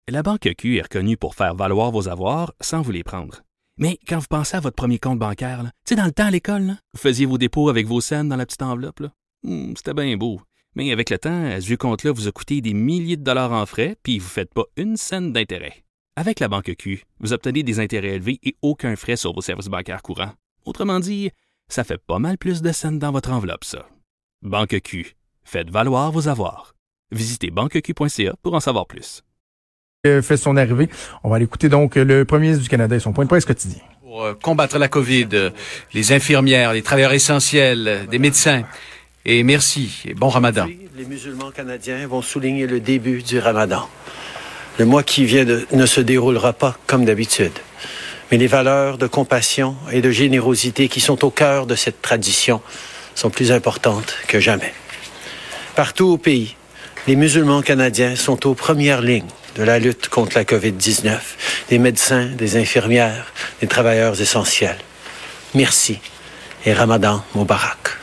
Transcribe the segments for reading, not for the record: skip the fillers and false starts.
La Banque Q est reconnue pour faire valoir vos avoirs sans vous les prendre. Mais quand vous pensez à votre premier compte bancaire, tu sais, dans le temps à l'école, là, vous faisiez vos dépôts avec vos scènes dans la petite enveloppe. C'était bien beau. Mais avec le temps, ce vieux compte-là vous a coûté des milliers de dollars en frais, puis vous ne faites pas une scène d'intérêt. Avec la Banque Q, vous obtenez des intérêts élevés et aucun frais sur vos services bancaires courants. Autrement dit, ça fait pas mal plus de scènes dans votre enveloppe, ça. Banque Q. Faites valoir vos avoirs. Visitez banqueq.ca pour en savoir plus. Fait son arrivée. On va aller écouter donc le premier ministre du Canada et son point de presse quotidien. Pour combattre la COVID, les infirmières, les travailleurs essentiels, des médecins. Et merci et bon Ramadan. Les musulmans canadiens vont souligner le début du Ramadan. Le mois qui vient ne se déroulera pas comme d'habitude. Mais les valeurs de compassion et de générosité qui sont au cœur de cette tradition sont plus importantes que jamais. Partout au pays, les musulmans canadiens sont aux premières lignes de la lutte contre la COVID-19, des médecins, des infirmières, des travailleurs essentiels. Merci et Ramadan Mubarak.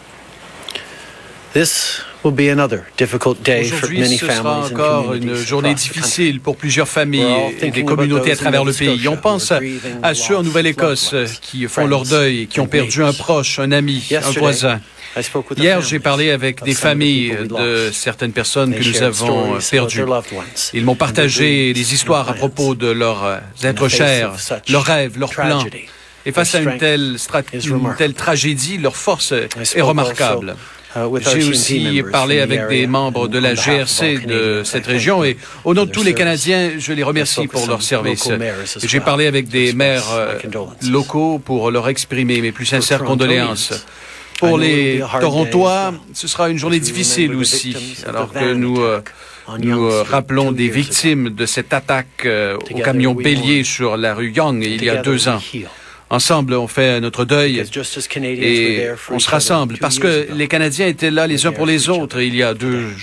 This will be another difficult day for many Aujourd'hui, ce sera families and encore une communities journée across the country. difficile pour plusieurs familles et des communautés à travers le pays. On pense à ceux en Nouvelle-Écosse qui font leur deuil et qui ont perdu un proche, un ami, un voisin. Hier, j'ai parlé avec des familles de certaines personnes que nous avons perdues. Ils m'ont partagé des histoires à propos de leurs êtres chers, leurs rêves, leurs plans. Et face à une telle tragédie, leur force est remarquable. J'ai aussi parlé avec des membres de la GRC de cette région et au nom de tous les Canadiens, je les remercie pour leur service. J'ai parlé avec des maires locaux pour leur exprimer mes plus sincères condoléances. Pour les Torontois, ce sera une journée difficile aussi, alors que nous rappelons des victimes de cette attaque au camion bélier sur la rue Yonge il y a 2 ans. Ensemble, on fait notre deuil et on se rassemble parce que les Canadiens étaient là les uns pour les autres il y a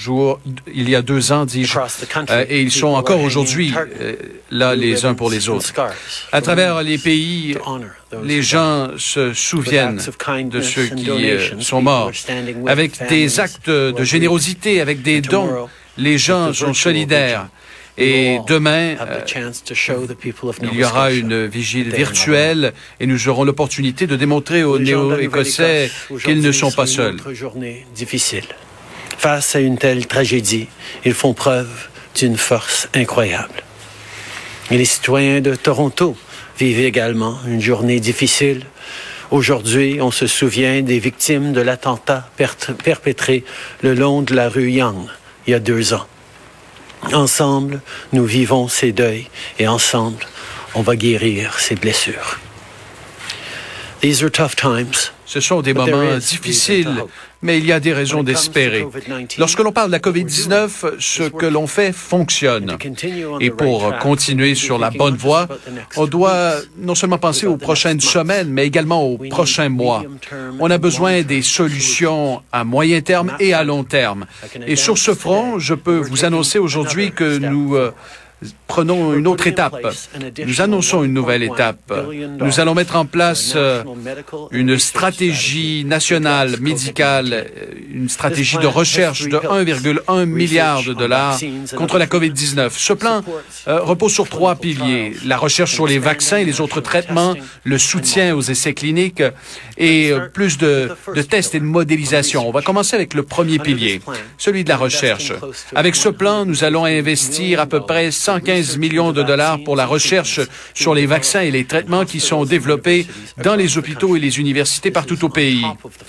2 ans, dis-je, et ils sont encore aujourd'hui là les uns pour les autres. À travers les pays, les gens se souviennent de ceux qui sont morts. Avec des actes de générosité, avec des dons, les gens sont solidaires. Et demain, il y aura une vigile virtuelle et nous aurons l'opportunité de démontrer aux Néo-Écossais qu'ils ne sont pas seuls. Journée difficile. Face à une telle tragédie, ils font preuve d'une force incroyable. Et les citoyens de Toronto vivent également une journée difficile. Aujourd'hui, on se souvient des victimes de l'attentat perpétré le long de la rue Yonge il y a 2 ans. Ensemble, nous vivons ces deuils et ensemble, on va guérir ces blessures. These are tough times. Ce sont des moments difficiles, mais il y a des raisons d'espérer. Lorsque l'on parle de la COVID-19, ce que l'on fait fonctionne. Et pour continuer sur la bonne voie, on doit non seulement penser aux prochaines semaines, mais également aux prochains mois. On a besoin des solutions à moyen terme et à long terme. Et sur ce front, je peux vous annoncer aujourd'hui que nous prenons une autre étape. Nous annonçons une nouvelle étape. Nous allons mettre en place une stratégie nationale médicale, une stratégie de recherche de 1,1 milliard de dollars contre la COVID-19. Ce plan repose sur 3 piliers. La recherche sur les vaccins et les autres traitements, le soutien aux essais cliniques et plus de tests et de modélisation. On va commencer avec le premier pilier, celui de la recherche. Avec ce plan, nous allons investir à peu près 115 millions de dollars pour la recherche sur les vaccins et les traitements qui sont développés dans les hôpitaux et les universités partout au pays.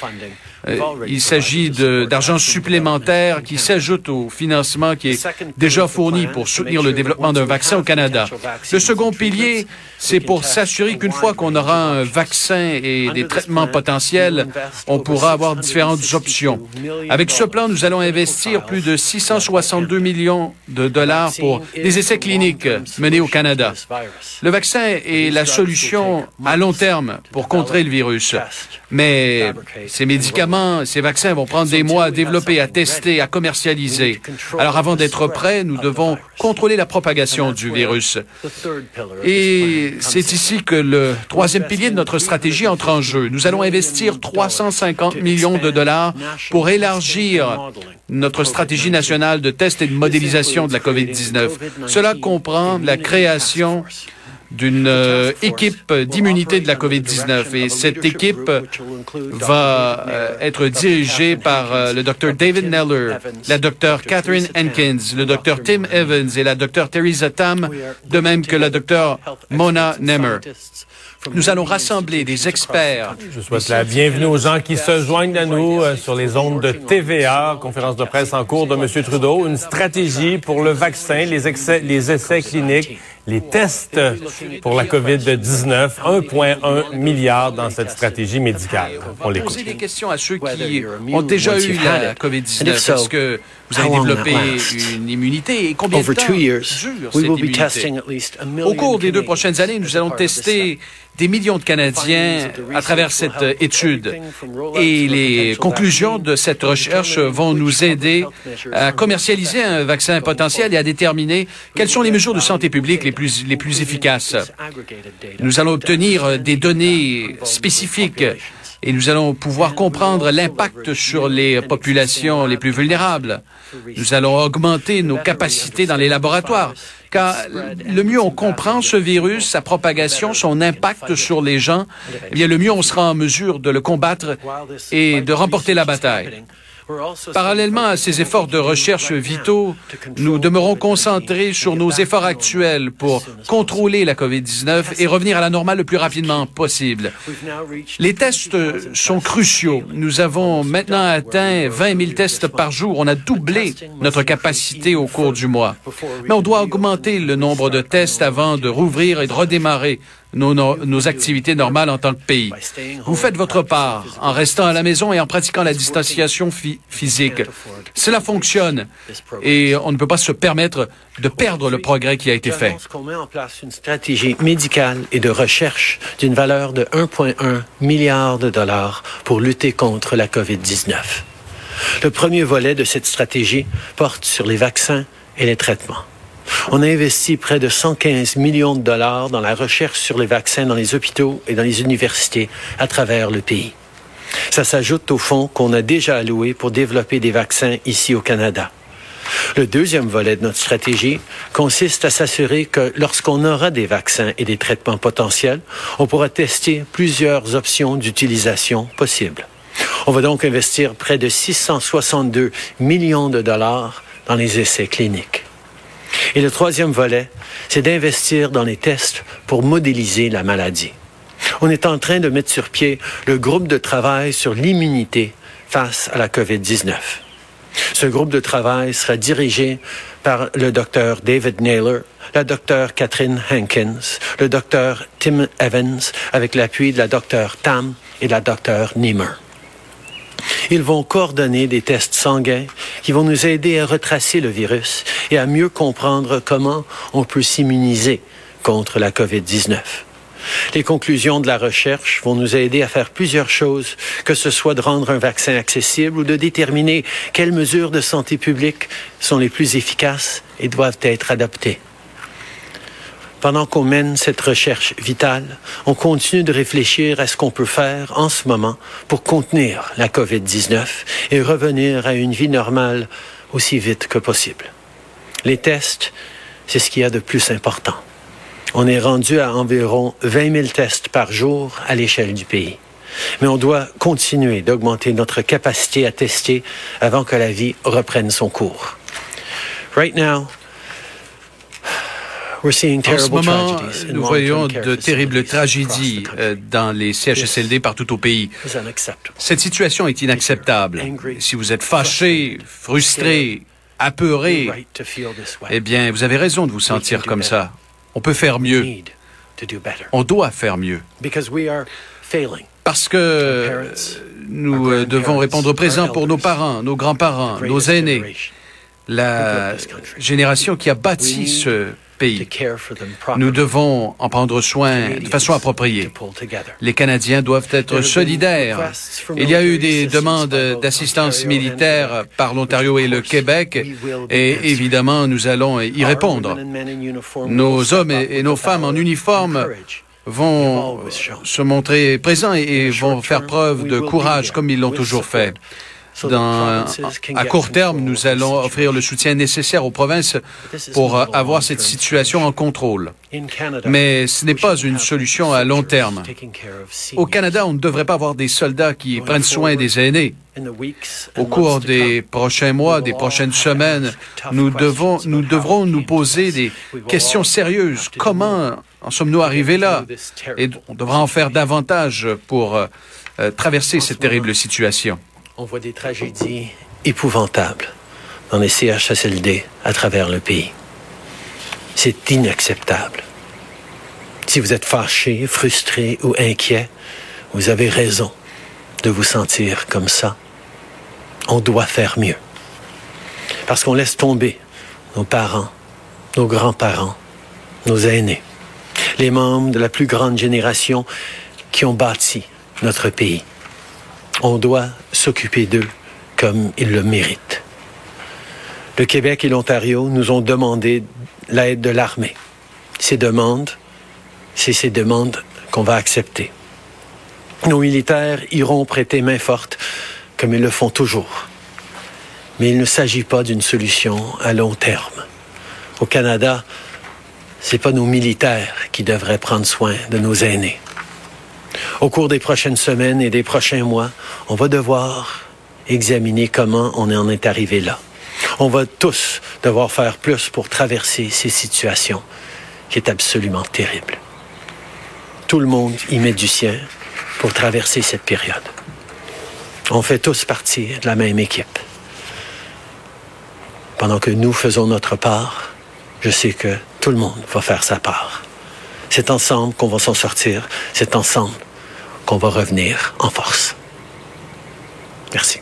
Il s'agit d'argent supplémentaire qui s'ajoute au financement qui est déjà fourni pour soutenir le développement d'un vaccin au Canada. Le second pilier, c'est pour s'assurer qu'une fois qu'on aura un vaccin et des traitements potentiels, on pourra avoir différentes options. Avec ce plan, nous allons investir plus de 662 millions de dollars pour des essais cliniques menés au Canada. Le vaccin est la solution à long terme pour contrer le virus, mais ces médicaments évidemment, ces vaccins vont prendre des mois à développer, à tester, à commercialiser. Alors, avant d'être prêts, nous devons contrôler la propagation du virus. Et c'est ici que le troisième pilier de notre stratégie entre en jeu. Nous allons investir 350 millions de dollars pour élargir notre stratégie nationale de tests et de modélisation de la COVID-19. Cela comprend la création d'une équipe d'immunité de la COVID-19. Et cette équipe va être dirigée par le Dr. David Neller, la Dr. Catherine Hankins, le Dr. Tim Evans et la Dr. Theresa Tam, de même que la Dr. Mona Nemer. Nous allons rassembler des experts. Je souhaite la bienvenue aux gens qui se joignent à nous sur les ondes de TVA. Conférence de presse en cours de M. Trudeau. Une stratégie pour le vaccin, les essais cliniques, les tests pour la COVID-19. 1,1 milliard dans cette stratégie médicale. On l'écoute. Poser des questions à ceux qui ont déjà eu la COVID-19. Est-ce que vous avez développé une immunité et combien de temps dure cette immunité? Au cours des 2 prochaines années, nous allons tester des millions de Canadiens à travers cette étude. Et les conclusions de cette recherche vont nous aider à commercialiser un vaccin potentiel et à déterminer quelles sont les mesures de santé publique les plus efficaces. Nous allons obtenir des données spécifiques et nous allons pouvoir comprendre l'impact sur les populations les plus vulnérables. Nous allons augmenter nos capacités dans les laboratoires, car le mieux on comprend ce virus, sa propagation, son impact sur les gens, eh bien le mieux on sera en mesure de le combattre et de remporter la bataille. Parallèlement à ces efforts de recherche vitaux, nous demeurons concentrés sur nos efforts actuels pour contrôler la COVID-19 et revenir à la normale le plus rapidement possible. Les tests sont cruciaux. Nous avons maintenant atteint 20 000 tests par jour. On a doublé notre capacité au cours du mois. Mais on doit augmenter le nombre de tests avant de rouvrir et de redémarrer nos activités normales en tant que pays. Vous faites votre part en restant à la maison et en pratiquant la distanciation physique. Cela fonctionne et on ne peut pas se permettre de perdre le progrès qui a été fait. On met en place une stratégie médicale et de recherche d'une valeur de 1,1 milliard de dollars pour lutter contre la COVID-19. Le premier volet de cette stratégie porte sur les vaccins et les traitements. On a investi près de 115 millions de dollars dans la recherche sur les vaccins dans les hôpitaux et dans les universités à travers le pays. Ça s'ajoute aux fonds qu'on a déjà alloués pour développer des vaccins ici au Canada. Le deuxième volet de notre stratégie consiste à s'assurer que lorsqu'on aura des vaccins et des traitements potentiels, on pourra tester plusieurs options d'utilisation possibles. On va donc investir près de 662 millions de dollars dans les essais cliniques. Et le troisième volet, c'est d'investir dans les tests pour modéliser la maladie. On est en train de mettre sur pied le groupe de travail sur l'immunité face à la COVID-19. Ce groupe de travail sera dirigé par le Dr. David Naylor, la Dr. Catherine Hankins, le Dr. Tim Evans, avec l'appui de la Dr. Tam et de la Dr. Nemer. Ils vont coordonner des tests sanguins qui vont nous aider à retracer le virus et à mieux comprendre comment on peut s'immuniser contre la COVID-19. Les conclusions de la recherche vont nous aider à faire plusieurs choses, que ce soit de rendre un vaccin accessible ou de déterminer quelles mesures de santé publique sont les plus efficaces et doivent être adoptées. Pendant qu'on mène cette recherche vitale, on continue de réfléchir à ce qu'on peut faire en ce moment pour contenir la COVID-19 et revenir à une vie normale aussi vite que possible. Les tests, c'est ce qu'il y a de plus important. On est rendu à environ 20 000 tests par jour à l'échelle du pays. Mais on doit continuer d'augmenter notre capacité à tester avant que la vie reprenne son cours. Right now, en ce moment, nous voyons de terribles tragédies dans les CHSLD partout au pays. Cette situation est inacceptable. Si vous êtes fâché, frustré, apeuré, eh bien, vous avez raison de vous sentir comme ça. On peut faire mieux. On doit faire mieux. Parce que nous devons répondre présent pour nos parents, nos grands-parents, nos aînés, la génération qui a bâti ce pays. Nous devons en prendre soin de façon appropriée. Les Canadiens doivent être solidaires. Il y a eu des demandes d'assistance militaire par l'Ontario et le Québec et évidemment, nous allons y répondre. Nos hommes et nos femmes en uniforme vont se montrer présents et vont faire preuve de courage comme ils l'ont toujours fait. À court terme, nous allons offrir le soutien nécessaire aux provinces pour avoir cette situation en contrôle. Mais ce n'est pas une solution à long terme. Au Canada, on ne devrait pas avoir des soldats qui prennent soin des aînés. Au cours des prochains mois, des prochaines semaines, nous devrons nous poser des questions sérieuses. Comment en sommes-nous arrivés là? Et on devra en faire davantage pour traverser cette terrible situation. On voit des tragédies épouvantables dans les CHSLD à travers le pays. C'est inacceptable. Si vous êtes fâché, frustré ou inquiet, vous avez raison de vous sentir comme ça. On doit faire mieux. Parce qu'on laisse tomber nos parents, nos grands-parents, nos aînés, les membres de la plus grande génération qui ont bâti notre pays. On doit s'occuper d'eux comme ils le méritent. Le Québec et l'Ontario nous ont demandé l'aide de l'armée. C'est ces demandes qu'on va accepter. Nos militaires iront prêter main forte comme ils le font toujours. Mais il ne s'agit pas d'une solution à long terme. Au Canada, c'est pas nos militaires qui devraient prendre soin de nos aînés. Au cours des prochaines semaines et des prochains mois, on va devoir examiner comment on en est arrivé là. On va tous devoir faire plus pour traverser ces situations qui est absolument terrible. Tout le monde y met du sien pour traverser cette période. On fait tous partie de la même équipe. Pendant que nous faisons notre part, je sais que tout le monde va faire sa part. C'est ensemble qu'on va s'en sortir. C'est ensemble qu'on va revenir en force. Merci.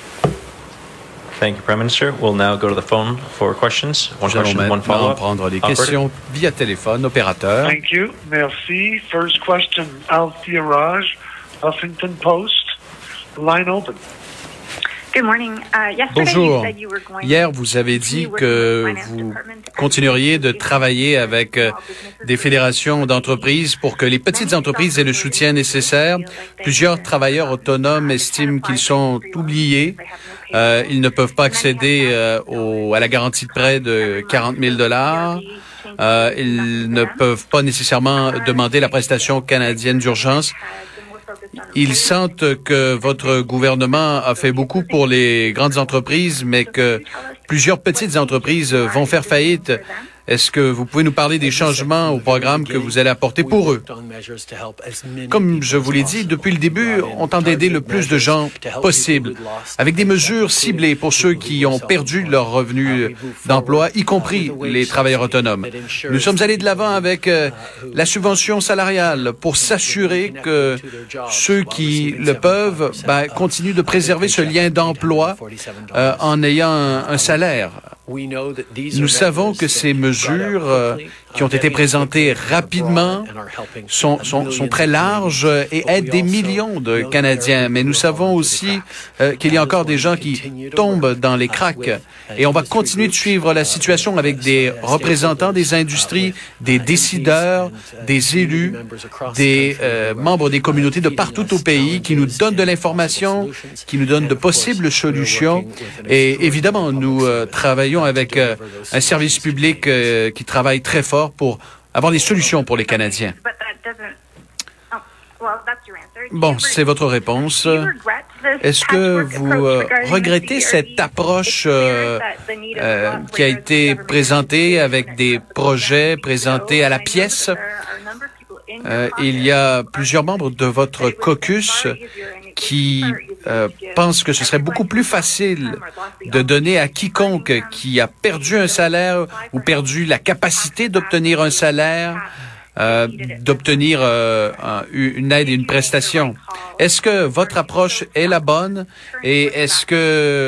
Thank you, Prime Minister. We'll now go to the phone for questions. One question, one follow-up. Nous allons prendre les questions via téléphone. Opérateur. Thank you. Merci. First question, Althea Raj, Huffington Post. Line open. Good morning. Bonjour. Hier, vous avez dit que vous continueriez de travailler avec des fédérations d'entreprises pour que les petites entreprises aient le soutien nécessaire. Plusieurs travailleurs autonomes estiment qu'ils sont oubliés. Ils ne peuvent pas accéder à la garantie de prêt de 40 000 $. Ils ne peuvent pas nécessairement demander la prestation canadienne d'urgence. Ils sentent que votre gouvernement a fait beaucoup pour les grandes entreprises, mais que plusieurs petites entreprises vont faire faillite. Est-ce que vous pouvez nous parler des changements au programme que vous allez apporter pour eux? Comme je vous l'ai dit, depuis le début, on tente d'aider le plus de gens possible, avec des mesures ciblées pour ceux qui ont perdu leur revenu d'emploi, y compris les travailleurs autonomes. Nous sommes allés de l'avant avec la subvention salariale pour s'assurer que ceux qui le peuvent continuent de préserver ce lien d'emploi en ayant un salaire. Nous savons que ces mesures qui ont été présentées rapidement sont très larges et aident des millions de Canadiens. Mais nous savons aussi qu'il y a encore des gens qui tombent dans les cracks. Et on va continuer de suivre la situation avec des représentants des industries, des décideurs, des élus, des membres des communautés de partout au pays qui nous donnent de l'information, qui nous donnent de possibles solutions. Et évidemment, nous travaillons avec un service public qui travaille très fort pour avoir des solutions pour les Canadiens. Bon, c'est votre réponse. Est-ce que vous regrettez cette approche qui a été présentée avec des projets présentés à la pièce? Il y a plusieurs membres de votre caucus qui pensent que ce serait beaucoup plus facile de donner à quiconque qui a perdu un salaire ou perdu la capacité d'obtenir un salaire, d'obtenir une aide et une prestation. Est-ce que votre approche est la bonne et est-ce que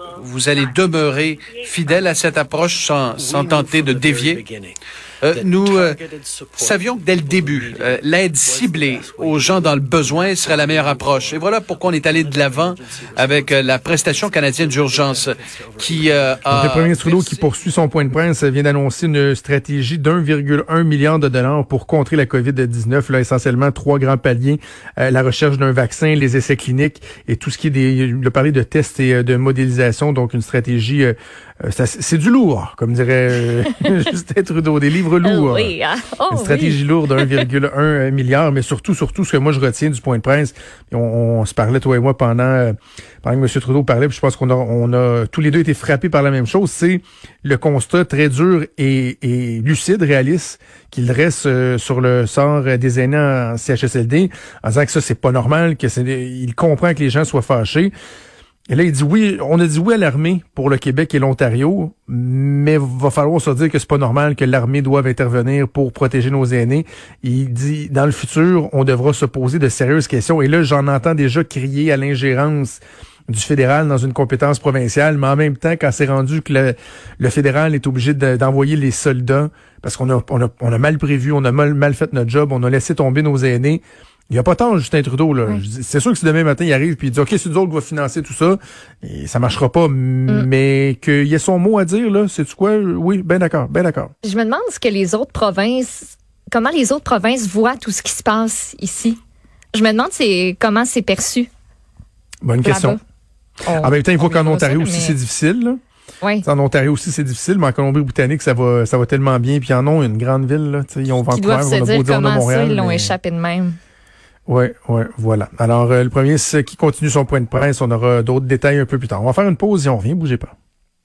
vous allez demeurer fidèle à cette approche sans tenter de dévier. Nous savions que dès le début, l'aide ciblée aux gens dans le besoin serait la meilleure approche. Et voilà pourquoi on est allé de l'avant avec la prestation canadienne d'urgence qui Le premier ministre Trudeau, qui poursuit son point de presse, vient d'annoncer une stratégie d'1,1 milliard de dollars pour contrer la COVID-19. Là, essentiellement, 3 grands paliers. La recherche d'un vaccin, les essais cliniques et tout ce qui est il a parlé de tests et de modélisation. Donc, une stratégie, c'est du lourd, comme dirait Justin Trudeau, des livres lourds. Oui, hein? Une stratégie lourde d'1,1 milliard, mais surtout, ce que moi je retiens du point de presse, on se parlait, toi et moi, pendant que M. Trudeau parlait, puis je pense qu'on a tous les deux été frappés par la même chose, c'est le constat très dur et lucide, réaliste, qu'il reste sur le sort des aînés en CHSLD, en disant que ça, c'est pas normal, il comprend que les gens soient fâchés. Et là, il dit oui, on a dit oui à l'armée pour le Québec et l'Ontario, mais va falloir se dire que c'est pas normal que l'armée doive intervenir pour protéger nos aînés. Il dit, dans le futur, on devra se poser de sérieuses questions. Et là, j'en entends déjà crier à l'ingérence du fédéral dans une compétence provinciale, mais en même temps, quand c'est rendu que le fédéral est obligé d'envoyer les soldats, parce qu'on a mal prévu, on a mal fait notre job, on a laissé tomber nos aînés. Il n'y a pas tant Justin Trudeau, là. Oui. C'est sûr que si demain matin, il arrive puis il dit « OK, c'est nous autres qui va financer tout ça », et ça marchera pas, mais qu'il y ait son mot à dire, là, sais-tu quoi? Oui, ben d'accord. Je me demande comment les autres provinces voient tout ce qui se passe ici. Je me demande comment c'est perçu. Bonne question. En même temps, il faut qu'en Ontario aussi, c'est difficile, là. Oui. En Ontario aussi, c'est difficile, mais en Colombie-Britannique, ça va tellement bien, puis ils en ont une grande ville, là. Ils ont Vancouver, on a beau dire, on a Montréal. Ils l'ont échappé de même. Oui, voilà. Alors, le premier, c'est qui continue son point de presse. On aura d'autres détails un peu plus tard. On va faire une pause et on revient. Bougez pas.